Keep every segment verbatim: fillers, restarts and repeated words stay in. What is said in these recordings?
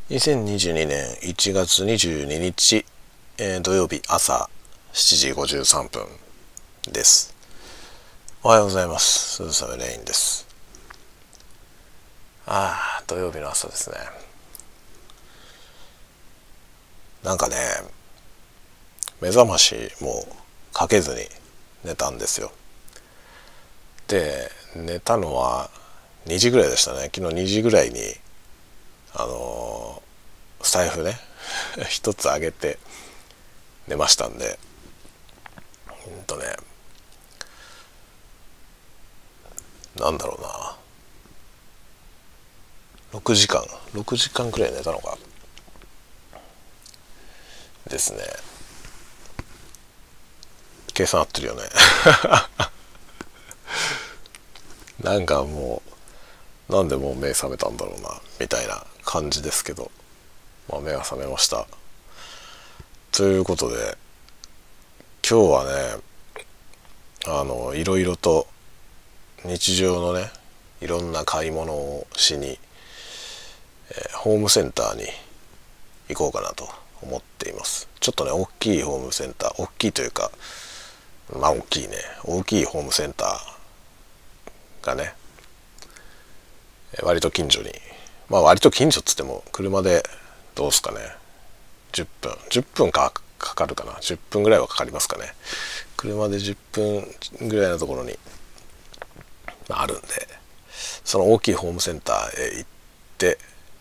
にせんにじゅうにねんいちがつにじゅうににち、えー、土曜日朝しちじごじゅうさんぷんです。おはようございます。鈴雨レインです。ああ、土曜日の朝ですね。なんかね、目覚ましもかけずに寝たんですよ。で、寝たのはにじぐらいでしたね。昨日にじぐらいにあのー、スタイフね一つ上げて寝ましたんで、うんとねなんだろうなろくじかんろくじかんくらい寝たのかですね。計算合ってるよねなんかもうなんでもう目覚めたんだろうなみたいな感じですけど、まあ、目が覚めました。ということで今日はねあのいろいろと日常のねいろんな買い物をしに、えー、ホームセンターに行こうかなと思っています。ちょっとね大きいホームセンター、大きいというかまあ大きいね大きいホームセンターがね割と近所に、まあ割と近所っつっても車でどうすかねじゅっぷんじゅっぷんかかかるかな、じゅっぷんぐらいはかかりますかね。車でじゅっぷんぐらいのところに、まあ、あるんで、その大きいホームセンターへ行って、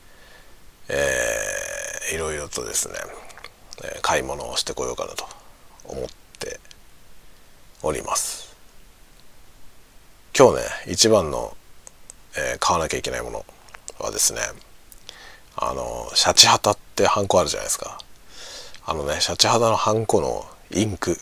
えー、いろいろとですね買い物をしてこようかなと思っております。今日ね一番の、えー、買わなきゃいけないものはですね、あのシャチハタってハンコあるじゃないですか。あのねシャチハタのハンコのインク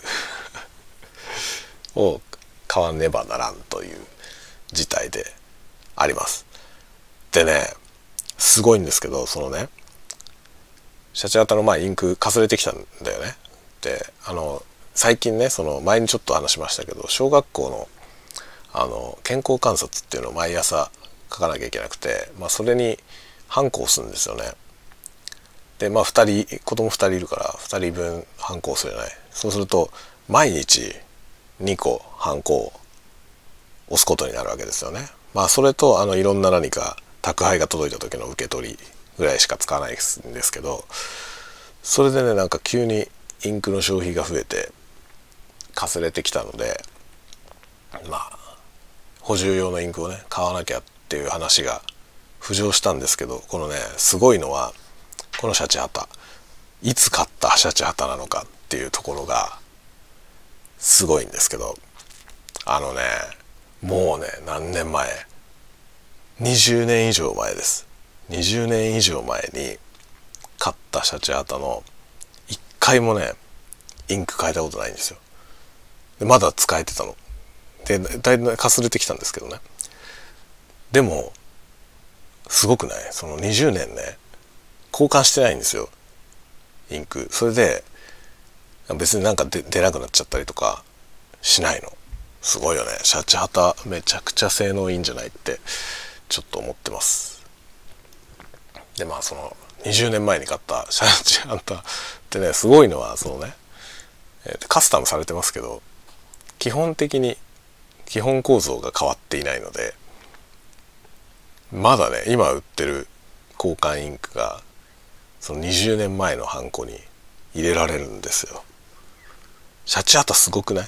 を買わねばならんという事態であります。でねすごいんですけど、そのねシャチハタのまあインクかすれてきたんだよね。であの最近ねその前にちょっと話しましたけど、小学校のあの健康観察っていうのを毎朝書かなきゃいけなくて、まあ、それにハンコを押すんですよね。でまあふたり子供ふたりいるからふたりぶんハンコを押すじゃない。そうすると毎日にこハンコを押すことになるわけですよね。まあそれとあのいろんな何か宅配が届いた時の受け取りぐらいしか使わないんですけど、それでねなんか急にインクの消費が増えてかすれてきたので、まあ補充用のインクをね買わなきゃっていう話が浮上したんですけど、このねすごいのはこのシャチハタいつ買ったシャチハタなのかっていうところがすごいんですけど、あのねもうね何年前にじゅうねん以上前です。にじゅうねん以上前に買ったシャチハタの一回もねインク変えたことないんですよ。でまだ使えてたのでだいぶかすれてきたんですけどね。でもすごくない？そのにじゅうねんね交換してないんですよインク。それで別になんか出なくなっちゃったりとかしないの。すごいよね。シャチハタめちゃくちゃ性能いいんじゃないってちょっと思ってます。でまあそのにじゅうねんまえに買ったシャチハタってねすごいのはそのね、えー、カスタムされてますけど基本的に基本構造が変わっていないので、まだね今売ってる交換インクがそのにじゅうねんまえのハンコに入れられるんですよ。シャチハタすごくない？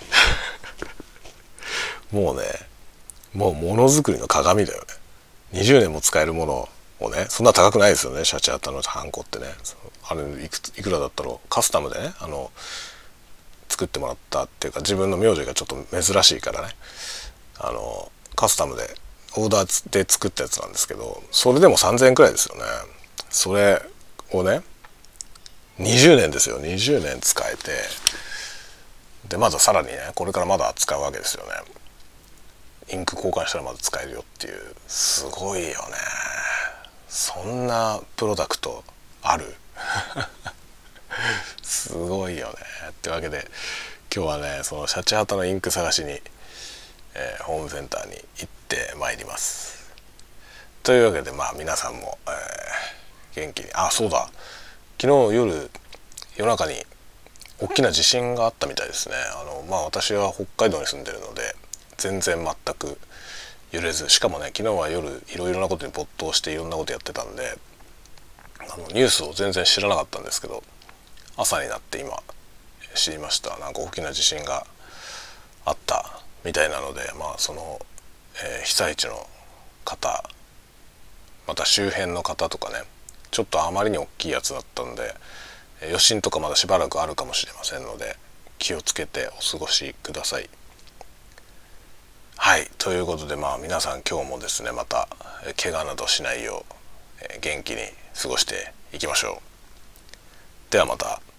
もうねもうものづくりの鏡だよね。にじゅうねんも使えるものをね、そんな高くないですよねシャチハタのハンコってね。あれいくいくらだったろう。カスタムでねあの作ってもらったっていうか、自分の名字がちょっと珍しいからねあのカスタムでオーダーで作ったやつなんですけど、それでもさんぜんえんくらいですよね。それをねにじゅうねんですよ。にじゅうねん使えて、でまださらにねこれからまだ使うわけですよね。インク交換したらまだ使えるよっていう、すごいよね。そんなプロダクトあるすごいよね。ってわけで今日はねそのシャチハタのインク探しに、えー、ホームセンターに行ってまいります。というわけでまあ皆さんも、えー、 元気に。あ、そうだ、昨日夜夜中に大きな地震があったみたいですね。あのまあ私は北海道に住んでるので全然全く揺れず、しかもね昨日は夜いろいろなことに没頭していろんなことやってたんで、あのニュースを全然知らなかったんですけど、朝になって今知りました。なんか大きな地震があったみたいなので、まあその、えー、被災地の方、また周辺の方とかね、ちょっとあまりに大きいやつだったんで余震とかまだしばらくあるかもしれませんので気をつけてお過ごしください。はい、ということでまあ皆さん今日もですね、また怪我などしないよう元気に過ごしていきましょう。ではまた。